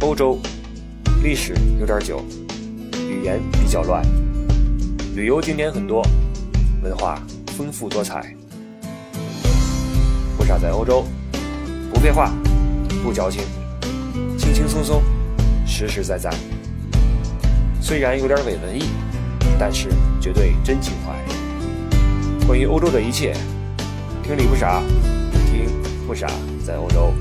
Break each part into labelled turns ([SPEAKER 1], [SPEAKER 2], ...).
[SPEAKER 1] 欧洲，历史有点久，语言比较乱，旅游景点很多，文化丰富多彩。不傻在欧洲，不废话，不矫情，轻轻松松，实实在在。虽然有点伪文艺，但是绝对真情怀。关于欧洲的一切，听理不傻，听不傻在欧洲。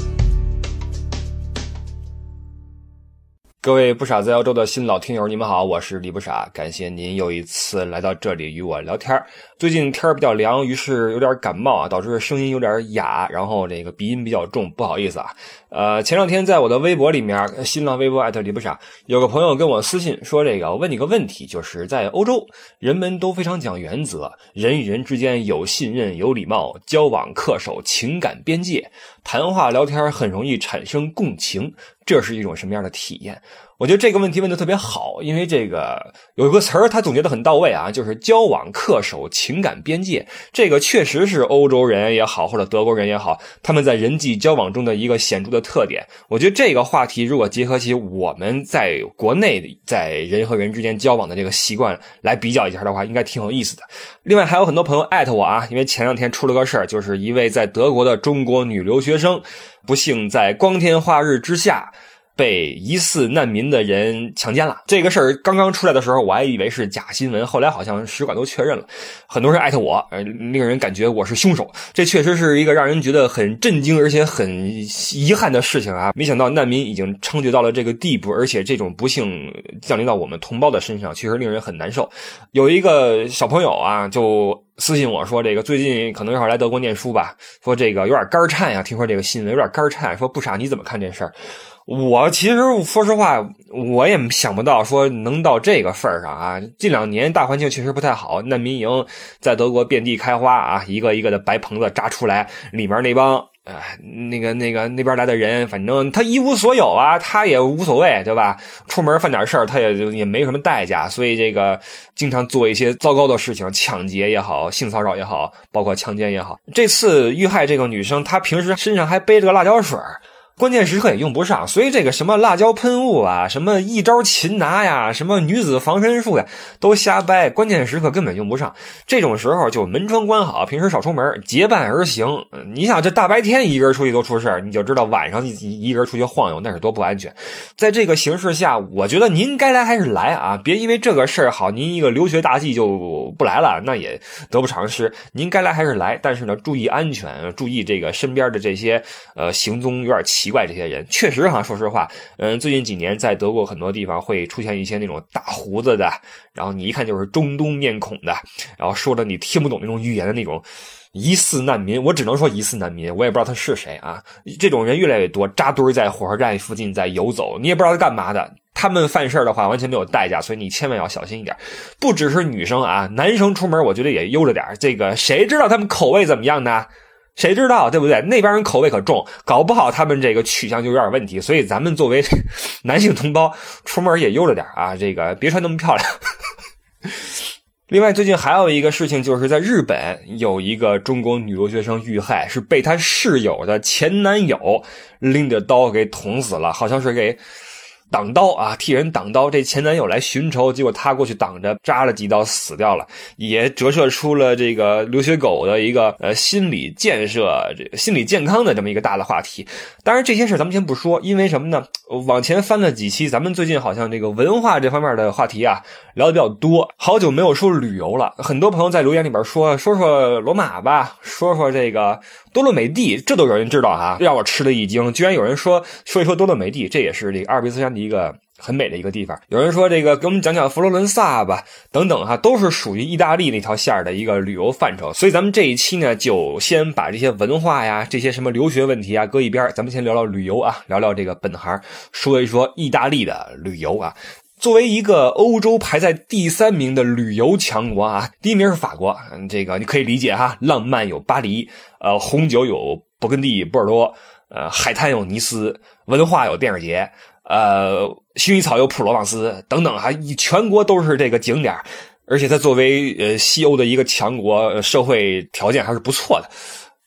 [SPEAKER 1] 各位不傻在欧洲的新老听友，你们好，我是李不傻，感谢您又一次来到这里与我聊天。最近天比较凉，于是有点感冒啊，导致声音有点哑，然后这个鼻音比较重，不好意思啊。前两天在我的微博里面，新浪微博李不傻，有个朋友跟我私信说，我问你个问题，就是在欧洲人们都非常讲原则，人与人之间有信任有礼貌，交往恪守情感边界，谈话聊天很容易产生共情，这是一种什么样的体验？我觉得这个问题问得特别好，因为这个有一个词儿他总结得很到位啊，就是交往恪守情感边界。这个确实是欧洲人也好，或者德国人也好，他们在人际交往中的一个显著的特点。我觉得这个话题如果结合起我们在国内在人和人之间交往的这个习惯来比较一下的话，应该挺有意思的。另外还有很多朋友艾特我啊，因为前两天出了个事儿，就是一位在德国的中国女留学生不幸在光天化日之下被疑似难民的人强奸了。这个事儿刚刚出来的时候我还以为是假新闻，后来好像使馆都确认了，很多人艾特我，令人感觉我是凶手。这确实是一个让人觉得很震惊而且很遗憾的事情啊！没想到难民已经猖獗到了这个地步，而且这种不幸降临到我们同胞的身上，确实令人很难受。有一个小朋友啊，就私信我说，最近可能要来德国念书吧，说这个有点肝颤呀，听说这个新闻有点肝颤，说不傻你怎么看这事儿？我其实说实话，我也想不到说能到这个份儿上啊。近两年大环境确实不太好，难民营在德国遍地开花啊，一个一个的白棚子扎出来，里面那帮那边来的人，反正他一无所有啊，他也无所谓，对吧？出门犯点事儿，他也没什么代价，所以这个经常做一些糟糕的事情，抢劫也好，性骚扰也好，包括强奸也好。这次遇害这个女生，她平时身上还背着个辣椒水，关键时刻也用不上，所以这个什么辣椒喷雾啊，什么一招擒拿呀，什么女子防身术呀，都瞎掰，关键时刻根本用不上。这种时候就门窗关好，平时少出门，结伴而行。你想这大白天一个人出去都出事，你就知道晚上一个人出去晃悠那是多不安全。在这个形势下，我觉得您该来还是来啊，别因为这个事儿好，您一个留学大计就不来了，那也得不偿失。您该来还是来，但是呢，注意安全，注意这个身边的这些行踪有点奇怪，这些人确实说实话，最近几年在德国很多地方会出现一些那种大胡子的，然后你一看就是中东面孔的，然后说的你听不懂那种语言的那种疑似难民，我只能说疑似难民，我也不知道他是谁啊。这种人越来越多，扎堆在火车站附近在游走，你也不知道他干嘛的。他们犯事的话完全没有代价，所以你千万要小心一点。不只是女生啊，男生出门我觉得也悠着点，这个谁知道他们口味怎么样呢？谁知道对不对？那边人口味可重，搞不好他们这个取向就有点问题，所以咱们作为男性同胞出门也悠着点啊，这个别穿那么漂亮。另外最近还有一个事情，就是在日本有一个中国女留学生遇害，是被她室友的前男友拎着刀给捅死了，好像是给挡刀啊，替人挡刀，这前男友来寻仇，结果他过去挡着，扎了几刀死掉了，也折射出了这个留学狗的一个心理建设、心理健康的这么一个大的话题。当然这些事咱们先不说，因为什么呢？往前翻了几期，咱们最近好像这个文化这方面的话题啊聊得比较多，好久没有说旅游了。很多朋友在留言里边说罗马吧，说这个多洛美蒂，这都有人知道啊，让我吃了一惊，居然有人说一说多洛美蒂，这也是这个阿尔卑斯山的一个很美的一个地方。有人说这个给我们讲讲佛罗伦萨吧，等等都是属于意大利那条线的一个旅游范畴。所以咱们这一期呢，就先把这些文化呀，这些什么留学问题啊搁一边，咱们先聊聊旅游啊，聊聊这个本行，说一说意大利的旅游啊。作为一个欧洲排在第3名的旅游强国啊，第1名是法国，这个你可以理解哈，浪漫有巴黎，红酒有勃艮第、波尔多，海滩有尼斯，文化有电影节，薰衣草有普罗旺斯等等哈，全国都是这个景点，而且它作为西欧的一个强国，社会条件还是不错的。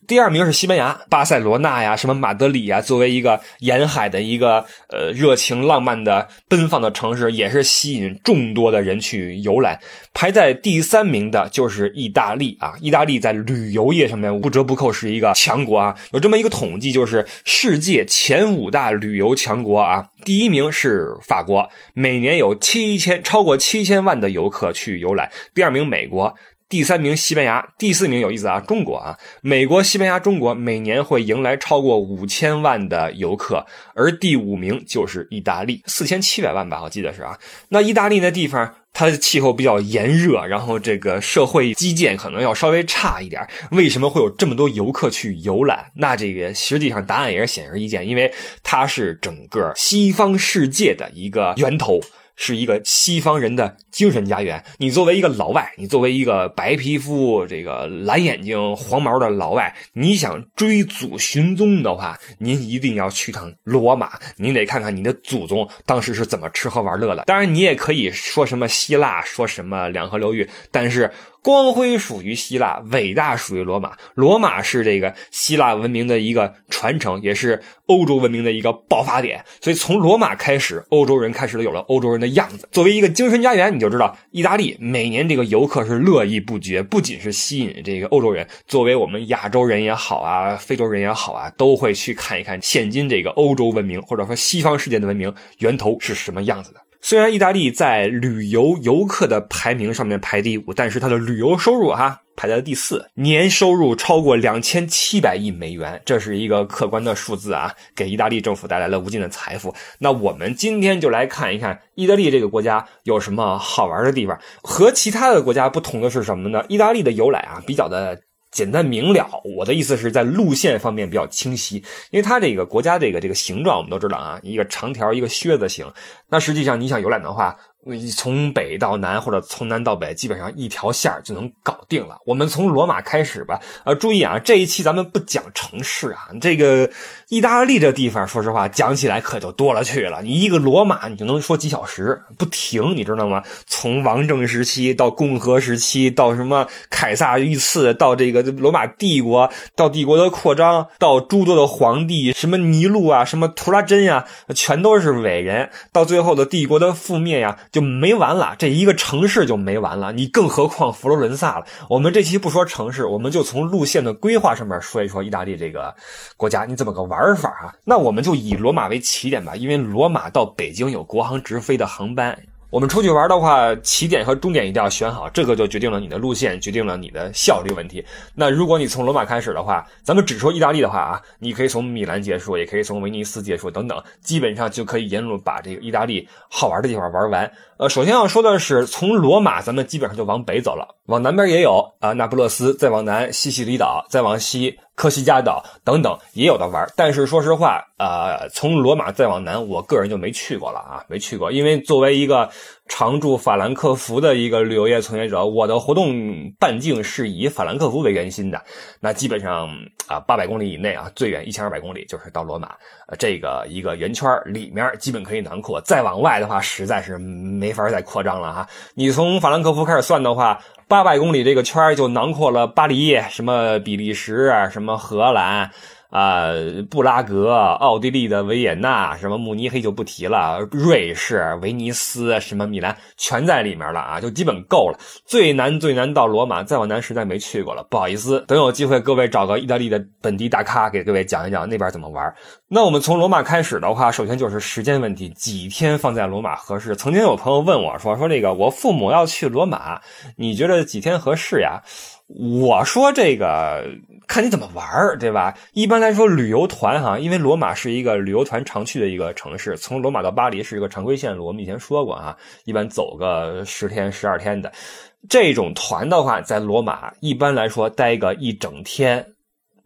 [SPEAKER 1] 第二名是西班牙，巴塞罗那呀，什么马德里呀，作为一个沿海的一个热情浪漫的奔放的城市，也是吸引众多的人去游览。排在第3名的就是意大利啊，意大利在旅游业上面不折不扣是一个强国啊。有这么一个统计，就是世界前5大旅游强国啊，第1名是法国，每年有超过7000万的游客去游览。第2名美国，第3名西班牙，第4名有意思啊，中国啊，美国、西班牙、中国每年会迎来超过5000万的游客，而第5名就是意大利，4700万吧，我记得是啊。那意大利那地方，它的气候比较炎热，然后这个社会基建可能要稍微差一点，为什么会有这么多游客去游览？那这个实际上答案也是显而易见，因为它是整个西方世界的一个源头，是一个西方人的精神家园。你作为一个老外，你作为一个白皮肤、这个蓝眼睛、黄毛的老外，你想追祖寻宗的话，您一定要去趟罗马，您得看看你的祖宗当时是怎么吃喝玩乐的。当然你也可以说什么希腊，说什么两河流域，但是光辉属于希腊，伟大属于罗马。罗马是这个希腊文明的一个传承，也是欧洲文明的一个爆发点。所以从罗马开始，欧洲人开始有了欧洲人的样子。作为一个精神家园，你就知道意大利每年这个游客是络绎不绝，不仅是吸引这个欧洲人，作为我们亚洲人也好啊，非洲人也好啊，都会去看一看现今这个欧洲文明或者说西方世界的文明源头是什么样子的。虽然意大利在旅游游客的排名上面排第5，但是它的旅游收入排在第4，年收入超过2700亿美元，这是一个客观的数字啊，给意大利政府带来了无尽的财富。那我们今天就来看一看意大利这个国家有什么好玩的地方。和其他的国家不同的是什么呢？意大利的游览比较的简单明了，我的意思是在路线方面比较清晰，因为它这个国家这个形状我们都知道一个长条一个靴子形，那实际上你想游览的话，从北到南或者从南到北基本上一条线就能搞定了。我们从罗马开始吧，注意这一期咱们不讲城市这个意大利这地方说实话讲起来可就多了去了，你一个罗马你就能说几小时不停，你知道吗？从王政时期到共和时期，到什么凯撒遇刺，到这个罗马帝国，到帝国的扩张，到诸多的皇帝，什么尼禄什么图拉真全都是伟人，到最后的帝国的覆灭就没完了，这一个城市就没完了，你更何况佛罗伦萨了。我们这期不说城市，我们就从路线的规划上面说一说意大利这个国家你怎么个玩法那我们就以罗马为起点吧，因为罗马到北京有国航直飞的航班。我们出去玩的话，起点和终点一定要选好，这个就决定了你的路线，决定了你的效率问题。那如果你从罗马开始的话，咱们只说意大利的话你可以从米兰结束，也可以从威尼斯结束等等，基本上就可以沿路把这个意大利好玩的地方玩完。首先要说的是，从罗马咱们基本上就往北走了，往南边也有那不勒斯，再往南西西里岛，再往西科西嘉岛等等也有的玩。但是说实话从罗马再往南我个人就没去过了没去过，因为作为一个常驻法兰克福的一个旅游业从业者，我的活动半径是以法兰克福为圆心的，那基本上800公里以内最远1200公里就是到罗马这个一个圆圈里面基本可以囊括，再往外的话实在是没法再扩张了你从法兰克福开始算的话，800公里这个圈就囊括了巴黎，什么比利时，什么荷兰布拉格，奥地利的维也纳，什么慕尼黑就不提了，瑞士、威尼斯，什么米兰全在里面了就基本够了。最难到罗马，再往南实在没去过了，不好意思，等有机会各位找个意大利的本地大咖给各位讲一讲那边怎么玩。那我们从罗马开始的话，首先就是时间问题，几天放在罗马合适？曾经有朋友问我说这个我父母要去罗马，你觉得几天合适呀？我说这个看你怎么玩对吧？一般来说旅游团因为罗马是一个旅游团常去的一个城市，从罗马到巴黎是一个常规线路，我们以前说过一般走个10天12天的。这种团的话在罗马一般来说待个一整天，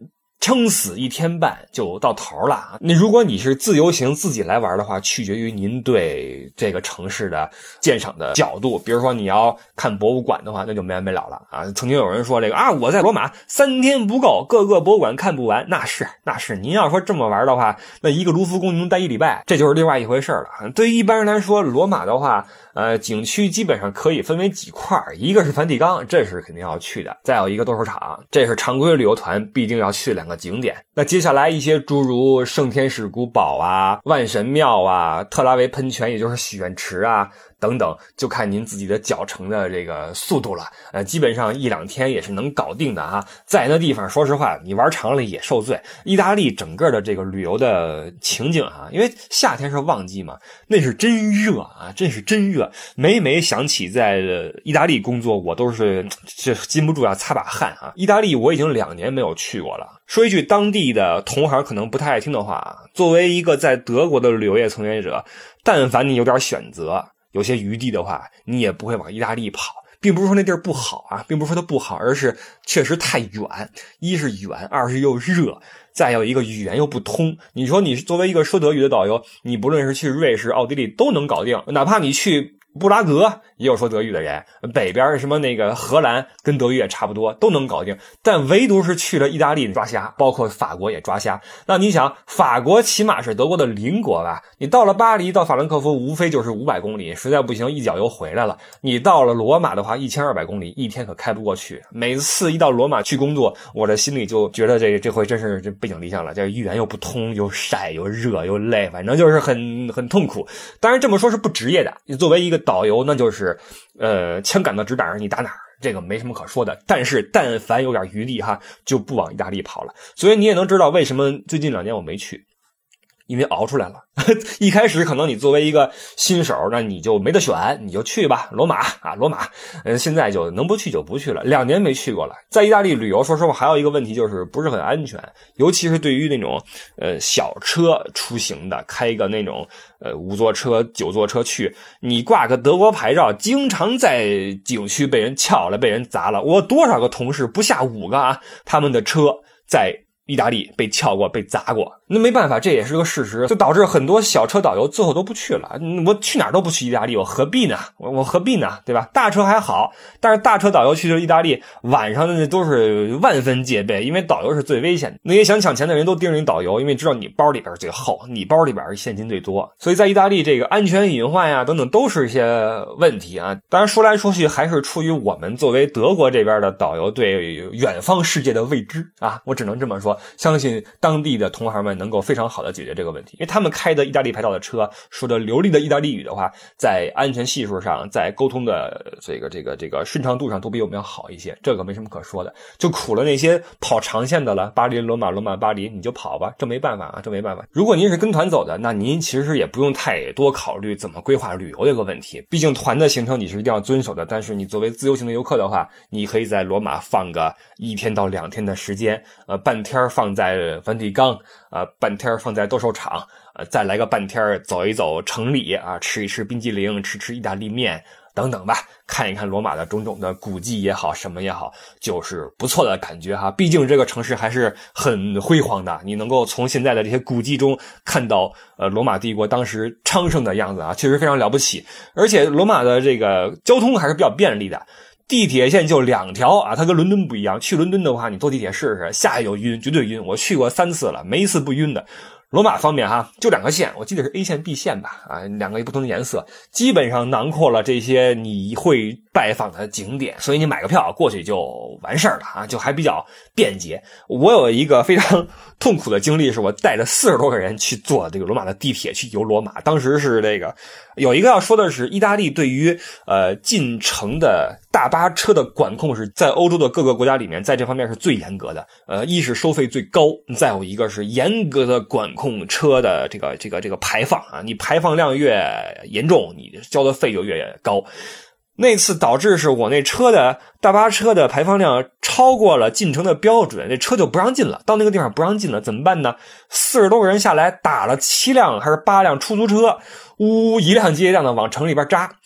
[SPEAKER 1] 撑死1天半就到头了。那如果你是自由行自己来玩的话，取决于您对这个城市的鉴赏的角度。比如说你要看博物馆的话，那就没完没了了啊！曾经有人说这个我在罗马3天不够，各个博物馆看不完。那是您要说这么玩的话，那一个卢浮宫能待1礼拜，这就是另外一回事了。对于一般人来说，罗马的话景区基本上可以分为几块，一个是梵蒂冈，这是肯定要去的，再有一个斗兽场，这是常规旅游团必定要去的2个景点。那接下来一些诸如圣天使古堡啊、万神庙啊、特拉维喷泉也就是许愿池啊等等，就看您自己的脚程的这个速度了。基本上1、2天也是能搞定的啊。在那地方说实话你玩长了也受罪。意大利整个的这个旅游的情景因为夏天是旺季嘛，那是真热啊，真是真热。每想起在意大利工作，我都是禁不住要擦把汗啊。意大利我已经2年没有去过了。说一句当地的同行可能不太爱听的话，作为一个在德国的旅游业从业者，但凡你有点选择，有些余地的话，你也不会往意大利跑。并不是说那地儿不好啊，并不是说它不好，而是确实太远。一是远，二是又热，再有一个语言又不通。你说你作为一个说德语的导游，你不论是去瑞士、奥地利都能搞定，哪怕你去布拉格也有说德语的人，北边什么那个荷兰跟德语也差不多，都能搞定。但唯独是去了意大利抓瞎，包括法国也抓瞎。那你想，法国起码是德国的邻国吧？你到了巴黎到法兰克福无非就是500公里，实在不行一脚油回来了。你到了罗马的话1200公里，一天可开不过去。每次一到罗马去工作，我的心里就觉得这回真是这背井离乡了，这语言又不通，又晒又热又累，反正就是很痛苦。当然这么说是不职业的，你作为一个导游那就是枪杆子直打着你打哪儿，这个没什么可说的。但是但凡有点余力就不往意大利跑了。所以你也能知道为什么最近2年我没去，因为熬出来了。一开始可能你作为一个新手，那你就没得选，你就去吧，罗马。现在就能不去就不去了，2年没去过了。在意大利旅游说实话还有一个问题就是不是很安全，尤其是对于那种小车出行的，开一个那种5座车9座车去，你挂个德国牌照经常在景区被人撬了被人砸了。我多少个同事不下5个他们的车在意大利被撬过被砸过。那没办法，这也是个事实，就导致很多小车导游最后都不去了。我去哪儿都不去意大利，我何必呢？我何必呢？对吧？大车还好，但是大车导游去了意大利，晚上的都是万分戒备，因为导游是最危险的。那些想抢钱的人都盯着你导游，因为知道你包里边最厚，你包里边现金最多。所以在意大利这个安全隐患呀等等都是一些问题啊。当然说来说去还是出于我们作为德国这边的导游对远方世界的未知啊，我只能这么说。相信当地的同行们能够非常好的解决这个问题，因为他们开的意大利牌照的车，说的流利的意大利语的话，在安全系数上，在沟通的这个顺畅度上都比我们要好一些，这个没什么可说的。就苦了那些跑长线的了，巴黎罗马罗马巴黎，你就跑吧，这没办法啊，这没办法。如果您是跟团走的，那您其实也不用太多考虑怎么规划旅游这个问题，毕竟团的行程你是一定要遵守的。但是你作为自由行的游客的话，你可以在罗马放个1天到2天的时间，半天放在梵蒂冈，半天放在斗兽场，再来个半天走一走城里吃一吃冰激凌，吃意大利面等等吧，看一看罗马的种种的古迹也好，什么也好，就是不错的感觉毕竟这个城市还是很辉煌的，你能够从现在的这些古迹中看到罗马帝国当时昌盛的样子确实非常了不起。而且罗马的这个交通还是比较便利的，地铁线就2条它跟伦敦不一样。去伦敦的话，你坐地铁试试，下去就晕，绝对晕。我去过3次了，没一次不晕的。罗马方面就2个线，我记得是 A 线 B 线吧，2个不同的颜色，基本上囊括了这些你会拜访的景点，所以你买个票过去就完事儿了就还比较便捷。我有一个非常痛苦的经历，是我带着40多个人去坐这个罗马的地铁去游罗马。当时是这个有一个要说的是，意大利对于进城的大巴车的管控是在欧洲的各个国家里面在这方面是最严格的。一是收费最高，再有一个是严格的管控车的这个排放你排放量越严重，你交的费就越高。那次导致是我那大巴车的排放量超过了进城的标准，那车就不让进了，到那个地方不让进了，怎么办呢？40多个人下来打了7辆还是8辆出租车，一辆接一辆的往城里边扎。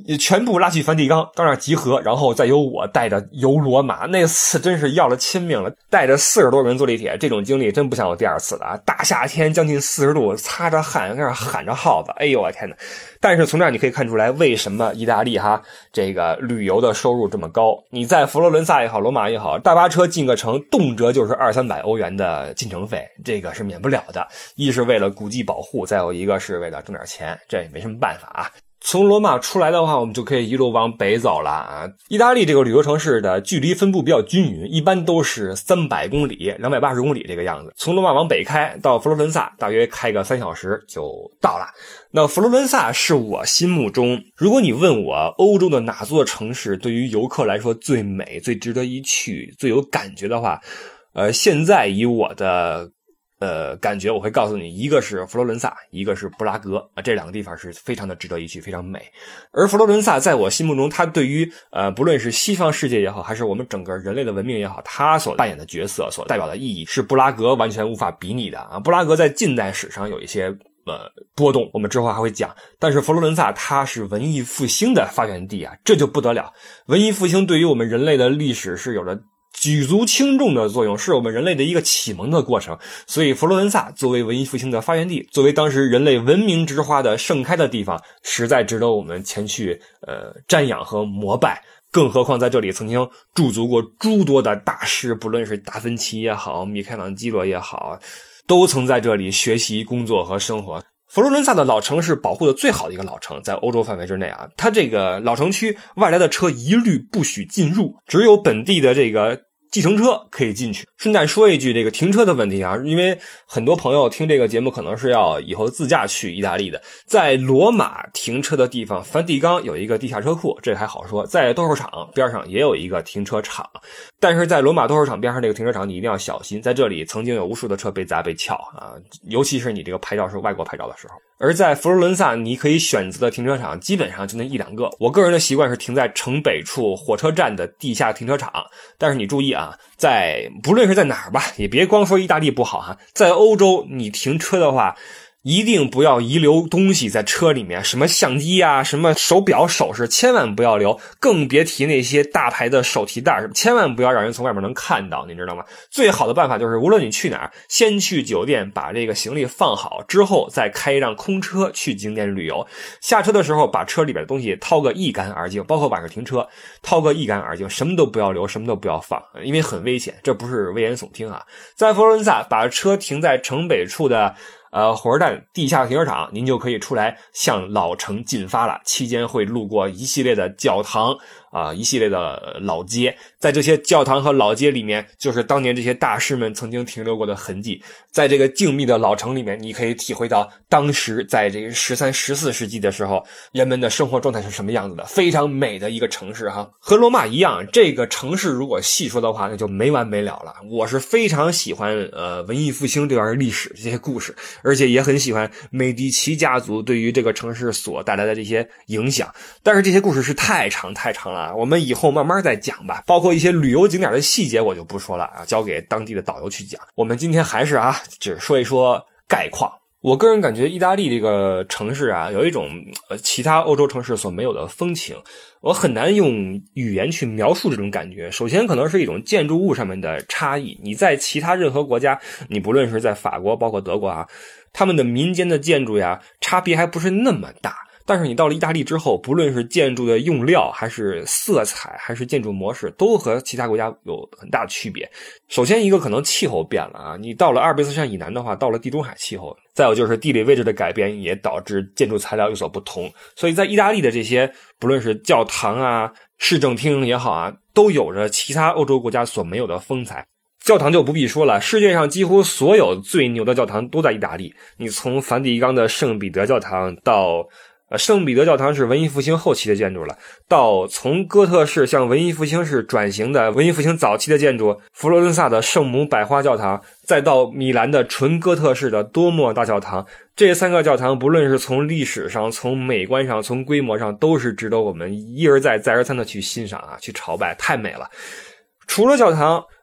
[SPEAKER 1] 全部拉去梵蒂冈到那儿集合，然后再由我带着游罗马。那次真是要了亲命了，带着40多人坐地铁，这种经历真不像有第二次的啊！大夏天将近40度，擦着汗在那儿喊着号子，哎呦我天哪！但是从这儿你可以看出来，为什么意大利这个旅游的收入这么高。你在佛罗伦萨也好，罗马也好，大巴车进个城动辄就是200-300欧元的进城费，这个是免不了的。一是为了古迹保护，再有一个是为了挣点钱，这也没什么办法啊。从罗马出来的话，我们就可以一路往北走了啊。意大利这个旅游城市的距离分布比较均匀，一般都是300公里、280公里这个样子。从罗马往北开到佛罗伦萨，大约开个3小时就到了。那佛罗伦萨是我心目中，如果你问我欧洲的哪座城市对于游客来说最美、最值得一去、最有感觉的话，现在以我的感觉我会告诉你，一个是佛罗伦萨，一个是布拉格啊，这两个地方是非常的值得一去，非常美。而佛罗伦萨在我心目中，它对于不论是西方世界也好，还是我们整个人类的文明也好，它所扮演的角色、所代表的意义，是布拉格完全无法比拟的啊。布拉格在近代史上有一些波动，我们之后还会讲。但是佛罗伦萨它是文艺复兴的发源地啊，这就不得了。文艺复兴对于我们人类的历史是有着举足轻重的作用，是我们人类的一个启蒙的过程。所以佛罗伦萨作为文艺复兴的发源地，作为当时人类文明之花的盛开的地方，实在值得我们前去瞻仰和膜拜。更何况在这里曾经驻足过诸多的大师，不论是达芬奇也好，米开朗基罗也好，都曾在这里学习、工作和生活。佛罗伦萨的老城是保护的最好的一个老城，在欧洲范围之内啊，它这个老城区外来的车一律不许进入，只有本地的这个计程车可以进去。顺带说一句这个停车的问题啊，因为很多朋友听这个节目可能是要以后自驾去意大利的。在罗马停车的地方，梵蒂冈有一个地下车库，这还好说。在斗兽场边上也有一个停车场，但是在罗马斗兽场边上这个停车场你一定要小心，在这里曾经有无数的车被砸被撬啊，尤其是你这个牌照是外国牌照的时候。而在佛罗伦萨你可以选择的停车场基本上就那1-2个，我个人的习惯是停在城北处火车站的地下停车场。但是你注意啊，不论是在哪儿吧，也别光说意大利不好哈，在欧洲你停车的话，一定不要遗留东西在车里面，什么相机啊，什么手表首饰千万不要留，更别提那些大牌的手提袋，千万不要让人从外面能看到，你知道吗？最好的办法就是无论你去哪儿，先去酒店把这个行李放好，之后再开一辆空车去景点旅游。下车的时候把车里边的东西掏个一干二净，包括晚上停车掏个一干二净，什么都不要留，什么都不要放，因为很危险，这不是危言耸听啊。在佛罗伦萨把车停在城北处的火车站地下停车场，您就可以出来向老城进发了。期间会路过一系列的教堂一系列的老街，在这些教堂和老街里面，就是当年这些大师们曾经停留过的痕迹。在这个静谧的老城里面，你可以体会到当时在这个13、14世纪的时候，人们的生活状态是什么样子的，非常美的一个城市哈。和罗马一样，这个城市如果细说的话，那就没完没了了。我是非常喜欢文艺复兴这段历史这些故事，而且也很喜欢美第奇家族对于这个城市所带来的这些影响。但是这些故事是太长了，我们以后慢慢再讲吧，包括一些旅游景点的细节我就不说了啊，交给当地的导游去讲。我们今天还是只说一说概况。我个人感觉意大利这个城市有一种其他欧洲城市所没有的风情，我很难用语言去描述这种感觉。首先可能是一种建筑物上面的差异，你在其他任何国家，你不论是在法国包括德国他们的民间的建筑差别还不是那么大。但是你到了意大利之后，不论是建筑的用料还是色彩还是建筑模式，都和其他国家有很大的区别。首先一个可能气候变了你到了阿尔卑斯山以南的话，到了地中海气候，再有就是地理位置的改变也导致建筑材料有所不同。所以在意大利的这些不论是教堂市政厅也好都有着其他欧洲国家所没有的风采。教堂就不必说了，世界上几乎所有最牛的教堂都在意大利。你从梵蒂冈的圣彼得教堂到圣彼得教堂是文艺复兴后期的建筑了，到从哥特式向文艺复兴式转型的文艺复兴早期的建筑佛罗伦萨的圣母百花教堂，再到米兰的纯哥特式的多莫大教堂，这3个教堂不论是从历史上从美观上从规模上都是值得我们一而再再而三的去欣赏去朝拜，太美了。除了教堂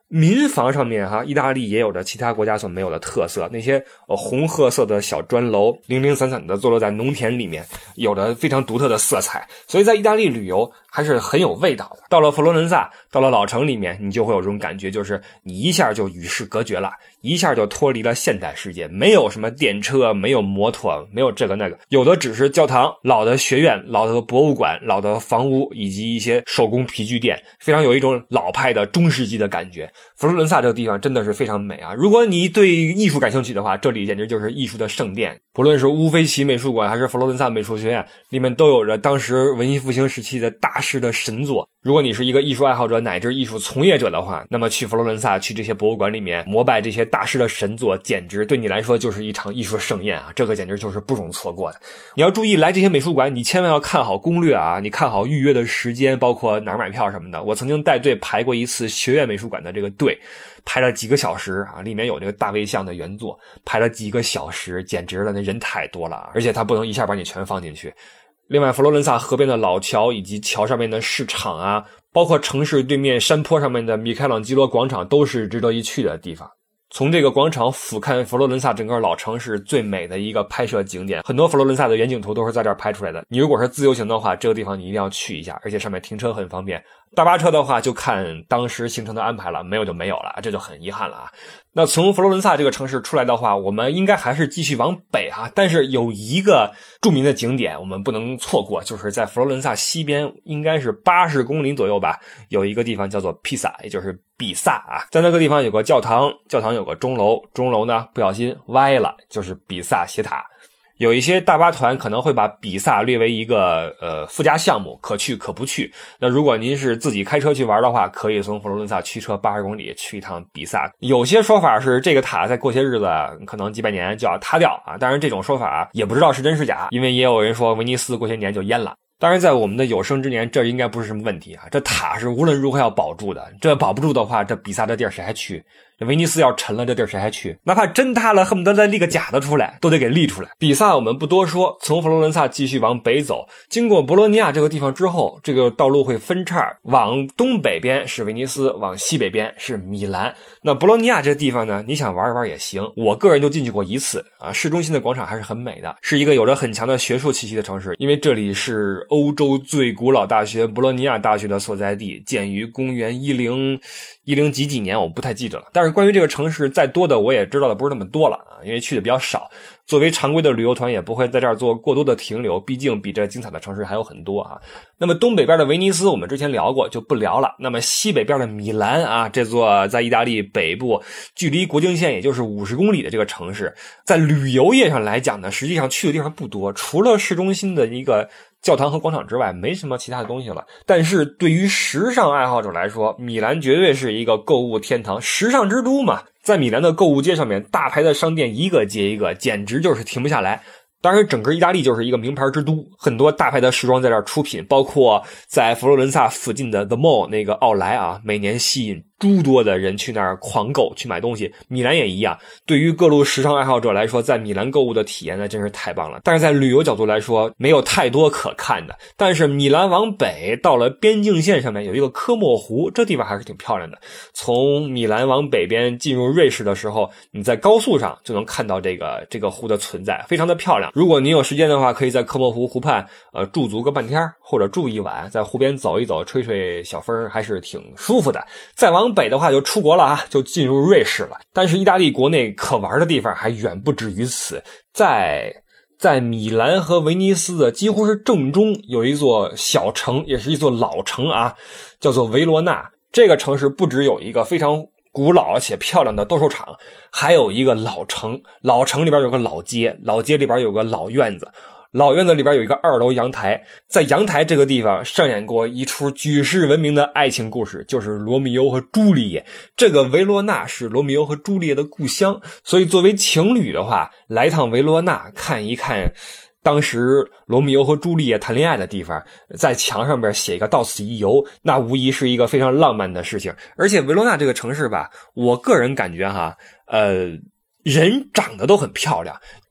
[SPEAKER 1] 民房上面意大利也有着其他国家所没有的特色，那些红褐色的小砖楼零零散散的坐落在农田里面，有着非常独特的色彩，所以在意大利旅游还是很有味道的。到了佛罗伦萨，到了老城里面，你就会有这种感觉，就是你一下就与世隔绝了，一下就脱离了现代世界，没有什么电车，没有摩托，没有这个那个，有的只是教堂、老的学院、老的博物馆、老的房屋以及一些手工皮具店，非常有一种老派的中世纪的感觉。佛罗伦萨这个地方真的是非常美啊！如果你对艺术感兴趣的话，这里简直就是艺术的圣殿。不论是乌菲齐美术馆还是佛罗伦萨美术学院，里面都有着当时文艺复兴时期的大师的神作。如果你是一个艺术爱好者乃至艺术从业者的话，那么去佛罗伦萨，去这些博物馆里面膜拜这些大师的神作，简直对你来说就是一场艺术盛宴啊！这个简直就是不容错过的。你要注意，来这些美术馆，你千万要看好攻略啊！你看好预约的时间，包括哪儿买票什么的。我曾经带队排过一次学院美术馆的这个队，排了几个小时啊，里面有这个大卫像的原作，排了几个小时，简直了，那人太多了啊！而且他不能一下把你全放进去。另外，佛罗伦萨河边的老桥以及桥上面的市场啊，包括城市对面山坡上面的米开朗基罗广场，都是值得一去的地方。从这个广场俯瞰佛罗伦萨整个老城是最美的一个拍摄景点，很多佛罗伦萨的远景图都是在这儿拍出来的。你如果是自由行的话，这个地方你一定要去一下，而且上面停车很方便。大巴车的话就看当时行程的安排了，没有就没有了，这就很遗憾了啊。那从佛罗伦萨这个城市出来的话，我们应该还是继续往北啊，但是有一个著名的景点我们不能错过，就是在佛罗伦萨西边应该是80公里左右吧，有一个地方叫做披萨，也就是比萨啊。在那个地方有个教堂，教堂有个钟楼，钟楼呢不小心歪了，就是比萨斜塔。有一些大巴团可能会把比萨列为一个附加项目，可去可不去。那如果您是自己开车去玩的话，可以从佛罗伦萨驱车80公里去一趟比萨。有些说法是这个塔再过些日子可能几百年就要塌掉啊，当然这种说法也不知道是真是假，因为也有人说威尼斯过些年就淹了。当然在我们的有生之年这应该不是什么问题啊，这塔是无论如何要保住的，这保不住的话，这比萨这地儿谁还去？这威尼斯要沉了，这地儿谁还去？哪怕真塌了，恨不得再立个假的出来，都得给立出来。比萨我们不多说，从佛罗伦萨继续往北走，经过博洛尼亚这个地方之后，这个道路会分叉，往东北边是威尼斯，往西北边是米兰。那博洛尼亚这个地方呢，你想玩一玩也行，我个人就进去过一次啊。市中心的广场还是很美的，是一个有着很强的学术气息的城市，因为这里是欧洲最古老大学博洛尼亚大学的所在地，建于公元10几年，我不太记得了。但是关于这个城市再多的我也知道的不是那么多了啊，因为去的比较少。作为常规的旅游团也不会在这儿做过多的停留，毕竟比这精彩的城市还有很多啊。那么东北边的威尼斯我们之前聊过，就不聊了。那么西北边的米兰啊，这座在意大利北部距离国境线也就是50公里的这个城市，在旅游业上来讲呢，实际上去的地方不多，除了市中心的一个教堂和广场之外，没什么其他的东西了。但是对于时尚爱好者来说，米兰绝对是一个购物天堂，时尚之都嘛。在米兰的购物街上面，大牌的商店一个接一个，简直就是停不下来。当然整个意大利就是一个名牌之都，很多大牌的时装在这儿出品，包括在佛罗伦萨附近的 The Mall 那个奥莱啊，每年吸引诸多的人去那儿狂购去买东西。米兰也一样，对于各路时尚爱好者来说，在米兰购物的体验呢真是太棒了。但是在旅游角度来说，没有太多可看的。但是米兰往北到了边境线上面有一个科莫湖，这地方还是挺漂亮的。从米兰往北边进入瑞士的时候，你在高速上就能看到这个湖的存在，非常的漂亮。如果你有时间的话，可以在科莫湖湖畔驻足个半天，或者住一晚，在湖边走一走，吹吹小风，还是挺舒服的。再往北的话就出国了啊，就进入瑞士了。但是意大利国内可玩的地方还远不止于此。在米兰和威尼斯的几乎是正中有一座小城，也是一座老城啊，叫做维罗纳。这个城市不只有一个非常古老且漂亮的斗兽场，还有一个老城，老城里边有个老街，老街里边有个老院子，老院子里边有一个2楼阳台，在阳台这个地方上演过一出举世闻名的爱情故事，就是罗密欧和朱丽叶。这个维罗纳是罗密欧和朱丽叶的故乡，所以作为情侣的话，来一趟维罗纳看一看当时罗密欧和朱丽叶谈恋爱的地方，在墙上边写一个到此一游，那无疑是一个非常浪漫的事情。而且维罗纳这个城市吧，我个人感觉人长得都很漂亮，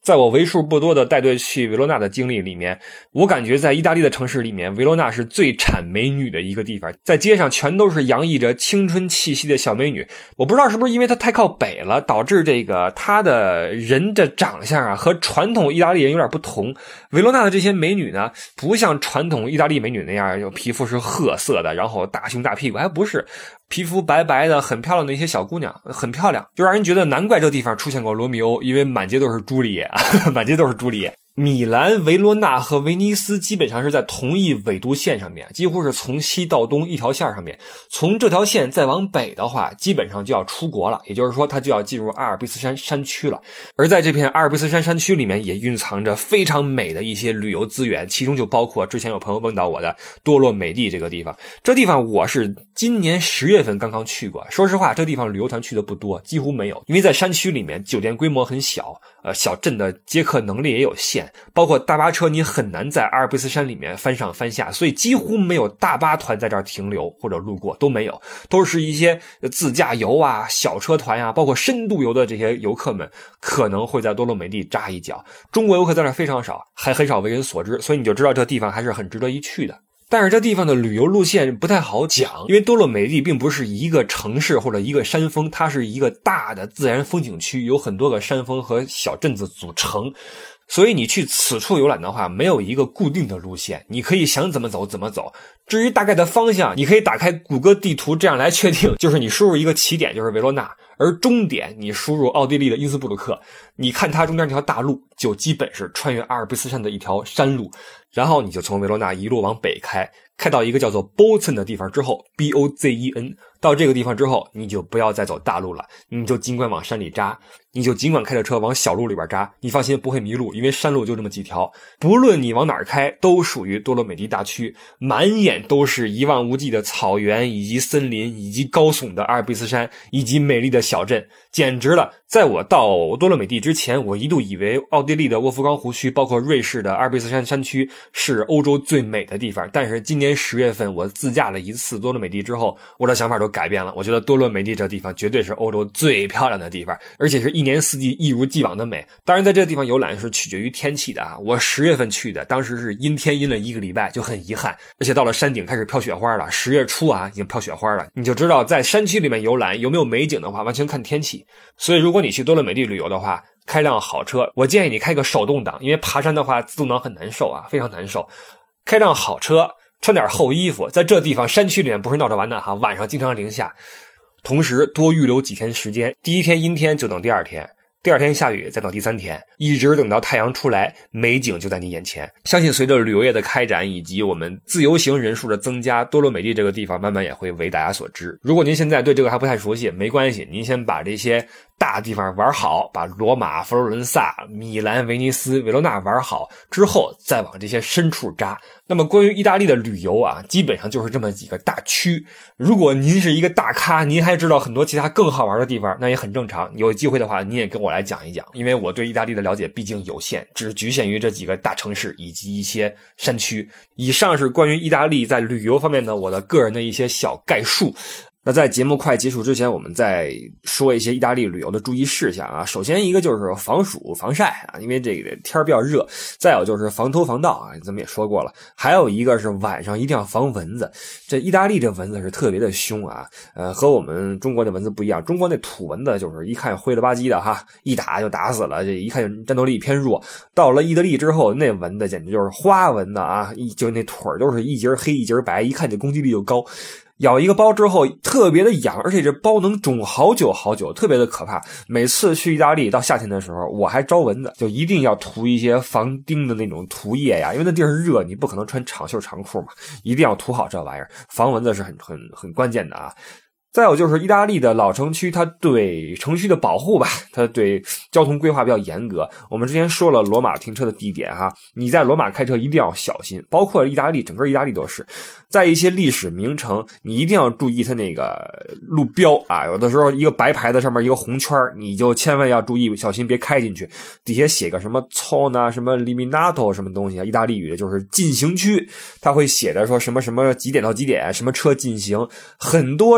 [SPEAKER 1] 在我为数不多的带队去维罗纳的经历里面，我感觉在意大利的城市里面，维罗纳是最产美女的一个地方，在街上全都是洋溢着青春气息的小美女。我不知道是不是因为它太靠北了，导致这个它的人的长相啊和传统意大利人有点不同。维罗纳的这些美女呢，不像传统意大利美女那样有皮肤是褐色的，然后大胸大屁股，还不是。皮肤白白的很漂亮的一些小姑娘，很漂亮，就让人觉得难怪这地方出现过罗密欧，因为满街都是朱丽叶满街都是朱丽叶。米兰、维罗纳和威尼斯基本上是在同一纬度线上面，几乎是从西到东一条线上面。从这条线再往北的话，基本上就要出国了，也就是说它就要进入阿尔卑斯山山区了。而在这片阿尔卑斯山山区里面也蕴藏着非常美的一些旅游资源，其中就包括之前有朋友问到我的多洛美蒂这个地方。这地方我是今年10月份刚刚去过，说实话这地方旅游团去的不多，几乎没有，因为在山区里面酒店规模很小，小镇的接客能力也有限，包括大巴车你很难在阿尔卑斯山里面翻上翻下，所以几乎没有大巴团在这儿停留或者路过，都没有，都是一些自驾游啊、小车团啊，包括深度游的这些游客们可能会在多洛美蒂扎一脚。中国游客在这儿非常少，还很少为人所知，所以你就知道这地方还是很值得一去的。但是这地方的旅游路线不太好讲，因为多洛美蒂并不是一个城市或者一个山峰，它是一个大的自然风景区，有很多个山峰和小镇子组成。所以你去此处游览的话，没有一个固定的路线，你可以想怎么走怎么走。至于大概的方向，你可以打开谷歌地图这样来确定，就是你输入一个起点就是维罗纳，而终点你输入奥地利的因斯布鲁克，你看它中间这条大路就基本是穿越阿尔卑斯山的一条山路，然后你就从维罗纳一路往北开到一个叫做 Bozen 的地方之后 ，B-O-Z-E-N， 到这个地方之后，你就不要再走大路了，你就尽管往山里扎，你就尽管开着车往小路里边扎，你放心不会迷路，因为山路就这么几条，不论你往哪儿开，都属于多洛美蒂大区，满眼都是一望无际的草原以及森林以及高耸的阿尔卑斯山以及美丽的小镇，简直了。在我到多洛美蒂之前，我一度以为奥地利的沃夫冈湖区包括瑞士的阿尔卑斯山山区是欧洲最美的地方，但是今年10月份我自驾了一次多洛美蒂之后，我的想法都改变了，我觉得多洛美蒂这地方绝对是欧洲最漂亮的地方，而且是一年四季一如既往的美。当然在这个地方游览是取决于天气的啊，我10月份去的，当时是阴天阴了1个礼拜，就很遗憾，而且到了山顶开始飘雪花了，10月初啊已经飘雪花了，你就知道在山区里面游览有没有美景的话完全看天气。所以如果你去多洛美蒂旅游的话，开辆好车，我建议你开个手动挡，因为爬山的话自动挡很难受啊，非常难受。开辆好车，穿点厚衣服，在这地方山区里面不是闹着玩的哈，晚上经常零下。同时多预留几天时间，第一天阴天就等第二天，第二天下雨再等第3天，一直等到太阳出来，美景就在你眼前。相信随着旅游业的开展以及我们自由行人数的增加，多洛美蒂这个地方慢慢也会为大家所知。如果您现在对这个还不太熟悉，没关系，您先把这些大地方玩好，把罗马、佛罗伦萨、米兰、威尼斯、维罗纳玩好之后，再往这些深处扎。那么关于意大利的旅游啊，基本上就是这么几个大区。如果您是一个大咖，您还知道很多其他更好玩的地方，那也很正常。有机会的话，您也跟我来讲一讲，因为我对意大利的了解毕竟有限，只局限于这几个大城市以及一些山区。以上是关于意大利在旅游方面的我的个人的一些小概述。那在节目快结束之前，我们再说一些意大利旅游的注意事项啊。首先一个就是防暑防晒啊，因为这个天比较热。再有就是防偷防盗啊，咱们也说过了。还有一个是晚上一定要防蚊子。这意大利这蚊子是特别的凶啊，和我们中国的蚊子不一样。中国那土蚊子就是一看灰了吧唧的哈，一打就打死了，这一看战斗力偏弱。到了意大利之后，那蚊子简直就是花蚊子啊，就那腿都是一节黑一节白，一看就攻击力就高。咬一个包之后特别的痒，而且这包能肿好久好久，特别的可怕。每次去意大利到夏天的时候，我还招蚊子，就一定要涂一些防叮的那种涂液呀，因为那地儿热，你不可能穿长袖长裤嘛，一定要涂好这玩意儿，防蚊子是很关键的啊。再有就是意大利的老城区，它对城区的保护吧，它对交通规划比较严格。我们之前说了罗马停车的地点哈，你在罗马开车一定要小心，包括意大利，整个意大利都是。在一些历史名城，你一定要注意它那个路标啊，有的时候一个白牌子上面一个红圈，你就千万要注意，小心别开进去。底下写个什么 zona 什么 liminato 什么东西啊，意大利语的就是禁行区，它会写的说什么什么几点到几点，什么车禁行，很多程度上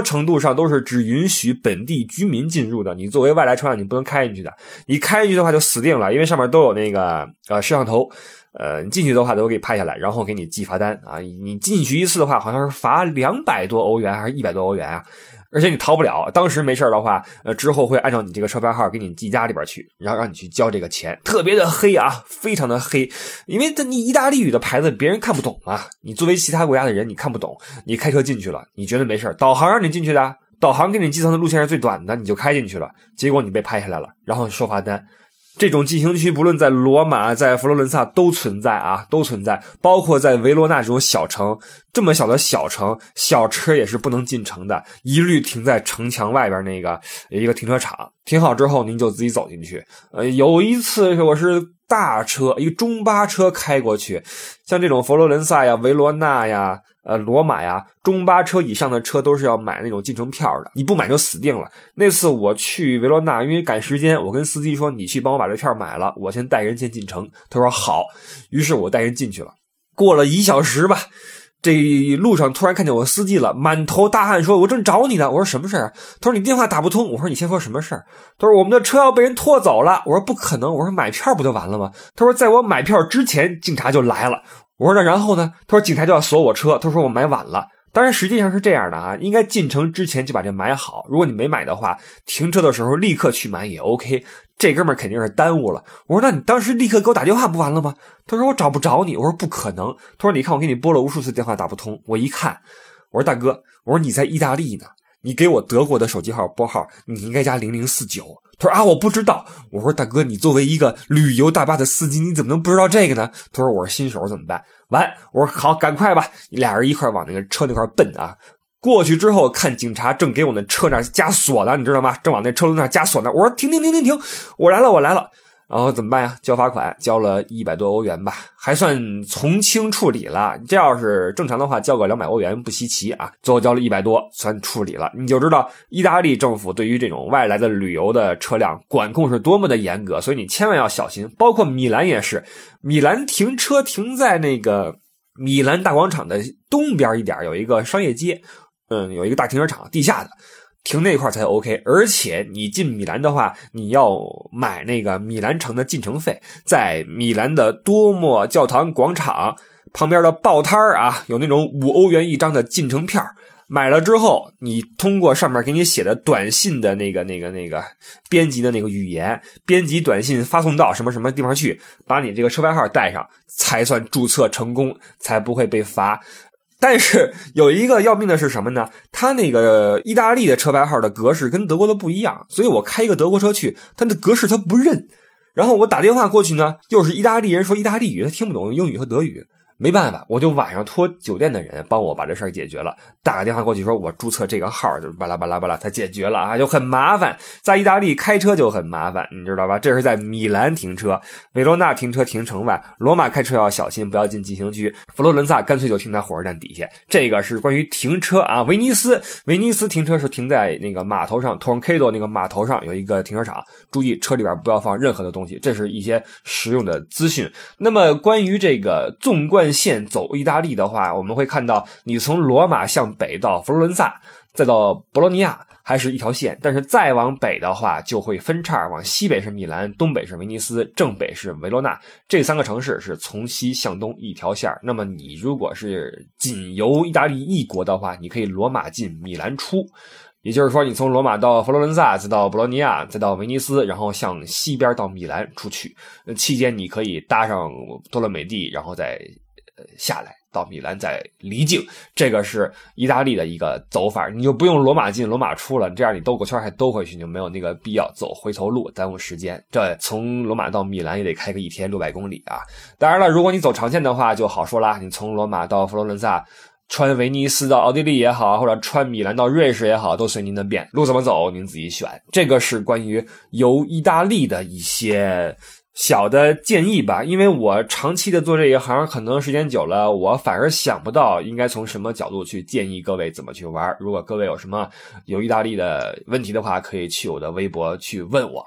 [SPEAKER 1] 上都是只允许本地居民进入的，你作为外来车辆你不能开进去的，你开进去的话就死定了，因为上面都有那个摄像头，你进去的话都给你拍下来，然后给你记罚单啊，你进去一次的话好像是罚200多欧元还是100多欧元啊。而且你逃不了，当时没事的话，之后会按照你这个车牌号给你记家里边去，然后让你去交这个钱，特别的黑啊，非常的黑，因为你意大利语的牌子别人看不懂啊，你作为其他国家的人你看不懂，你开车进去了，你觉得没事，导航让你进去的，导航给你计算的路线是最短的，你就开进去了，结果你被拍下来了，然后收罚单。这种禁行区不论在罗马在佛罗伦萨都存在啊，都存在，包括在维罗纳这种小城，这么小的小城，小车也是不能进城的，一律停在城墙外边那个一个停车场，停好之后您就自己走进去。有一次我是大车，一个中巴车开过去，像这种佛罗伦萨呀、维罗纳呀、罗马呀，中巴车以上的车都是要买那种进城票的，你不买就死定了。那次我去维罗纳，因为赶时间，我跟司机说你去帮我把这票买了，我先带人先进城。他说好，于是我带人进去了。过了1小时吧，这路上突然看见我司机了，满头大汗，说我正找你呢。我说什么事啊？他说你电话打不通。我说你先说什么事儿？他说我们的车要被人拖走了。我说不可能，我说买票不就完了吗？他说在我买票之前警察就来了。我说那然后呢？他说警察就要锁我车，他说我买晚了。当然实际上是这样的啊，应该进城之前就把这买好，如果你没买的话，停车的时候立刻去买也 OK。 这哥们儿肯定是耽误了。我说那你当时立刻给我打电话不完了吗？他说我找不着你。我说不可能。他说你看我给你拨了无数次电话打不通。我一看，我说大哥，我说你在意大利呢，你给我德国的手机号拨号，你应该加0049。他说啊，我不知道。我说大哥，你作为一个旅游大巴的司机，你怎么能不知道这个呢？他说我是新手怎么办？完，我说好，赶快吧，俩人一块往那个车那块奔啊。过去之后看警察正给我那车那加锁呢，你知道吗？正往那车轮那加锁呢。我说停，我来了。然后怎么办呀？交罚款，交了100多欧元吧，还算从轻处理了。这要是正常的话，交个200欧元不稀奇啊。最后交了100多，算处理了。你就知道意大利政府对于这种外来的旅游的车辆管控是多么的严格，所以你千万要小心。包括米兰也是，米兰停车停在那个米兰大广场的东边一点，有一个商业街，有一个大停车场，地下的。停那块才 OK， 而且你进米兰的话，你要买那个米兰城的进城费，在米兰的多莫教堂广场旁边的报摊啊，有那种5欧元一张的进城票，买了之后，你通过上面给你写的短信的那个编辑的那个语言，编辑短信发送到什么什么地方去，把你这个车牌号带上，才算注册成功，才不会被罚。但是有一个要命的是什么呢？他那个意大利的车牌号的格式跟德国的不一样，所以我开一个德国车去，他的格式他不认。然后我打电话过去呢，又是意大利人说意大利语，他听不懂英语和德语。没办法，我就晚上托酒店的人帮我把这事儿解决了。打个电话过去说我注册这个号，就巴拉巴拉，他解决了啊，就很麻烦。在意大利开车就很麻烦，你知道吧？这是在米兰停车，维罗纳停车停城外，罗马开车要小心，不要进禁行区。佛罗伦萨干脆就停在火车站底下。这个是关于停车啊。威尼斯停车是停在那个码头上 Toncato 那个码头上有一个停车场，注意车里边不要放任何的东西，这是一些实用的资讯。那么关于这个纵贯线走意大利的话，我们会看到你从罗马向北到佛罗伦萨，再到博洛尼亚还是一条线，但是再往北的话就会分叉，往西北是米兰，东北是威尼斯，正北是维罗纳，这3个城市是从西向东一条线。那么你如果是仅游意大利一国的话，你可以罗马进米兰出，也就是说你从罗马到佛罗伦萨，再到博洛尼亚，再到威尼斯，然后向西边到米兰出去，期间你可以搭上多勒美地，然后再下来到米兰再离境。这个是意大利的一个走法，你就不用罗马进罗马出了，这样你兜个圈还兜回去，就没有那个必要走回头路，耽误时间。这从罗马到米兰也得开个1天600公里啊。当然了，如果你走长线的话就好说啦，你从罗马到佛罗伦萨，穿威尼斯到奥地利也好，或者穿米兰到瑞士也好，都随您的便，路怎么走您自己选。这个是关于游意大利的一些小的建议吧，因为我长期的做这一行，可能时间久了，我反而想不到应该从什么角度去建议各位怎么去玩。如果各位有什么游意大利的问题的话，可以去我的微博去问我。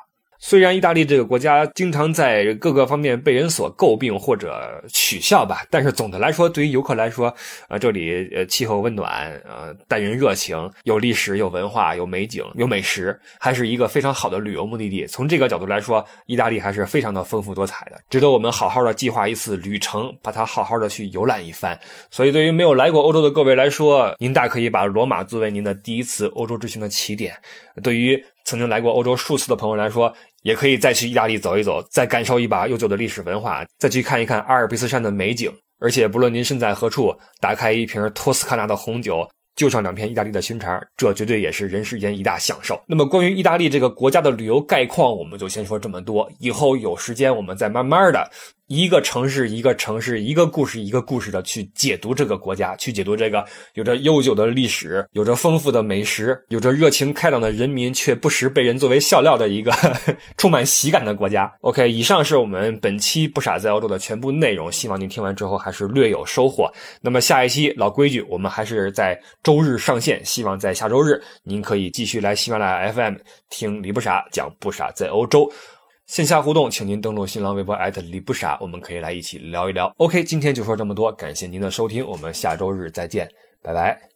[SPEAKER 1] 虽然意大利这个国家经常在各个方面被人所诟病或者取笑吧，但是总的来说，对于游客来说，这里气候温暖，待人热情，有历史、有文化、有美景、有美食，还是一个非常好的旅游目的地。从这个角度来说，意大利还是非常的丰富多彩的，值得我们好好的计划一次旅程，把它好好的去游览一番。所以对于没有来过欧洲的各位来说，您大可以把罗马作为您的第一次欧洲之行的起点。对于曾经来过欧洲数次的朋友来说，也可以再去意大利走一走，再感受一把悠久的历史文化，再去看一看阿尔卑斯山的美景。而且不论您身在何处，打开一瓶托斯卡纳的红酒，就上2片意大利的熏肠，这绝对也是人世间一大享受。那么关于意大利这个国家的旅游概况，我们就先说这么多，以后有时间我们再慢慢的一个城市一个城市，一个故事一个故事的去解读这个国家，去解读这个有着悠久的历史，有着丰富的美食，有着热情开朗的人民，却不时被人作为笑料的一个充满喜感的国家。 OK， 以上是我们本期不傻在欧洲的全部内容，希望您听完之后还是略有收获。那么下一期老规矩，我们还是在周日上线，希望在下周日您可以继续来喜马拉雅 FM 听李不傻讲不傻在欧洲。线下互动，请您登录新浪微博李不傻，我们可以来一起聊一聊。OK， 今天就说这么多，感谢您的收听，我们下周日再见，拜拜。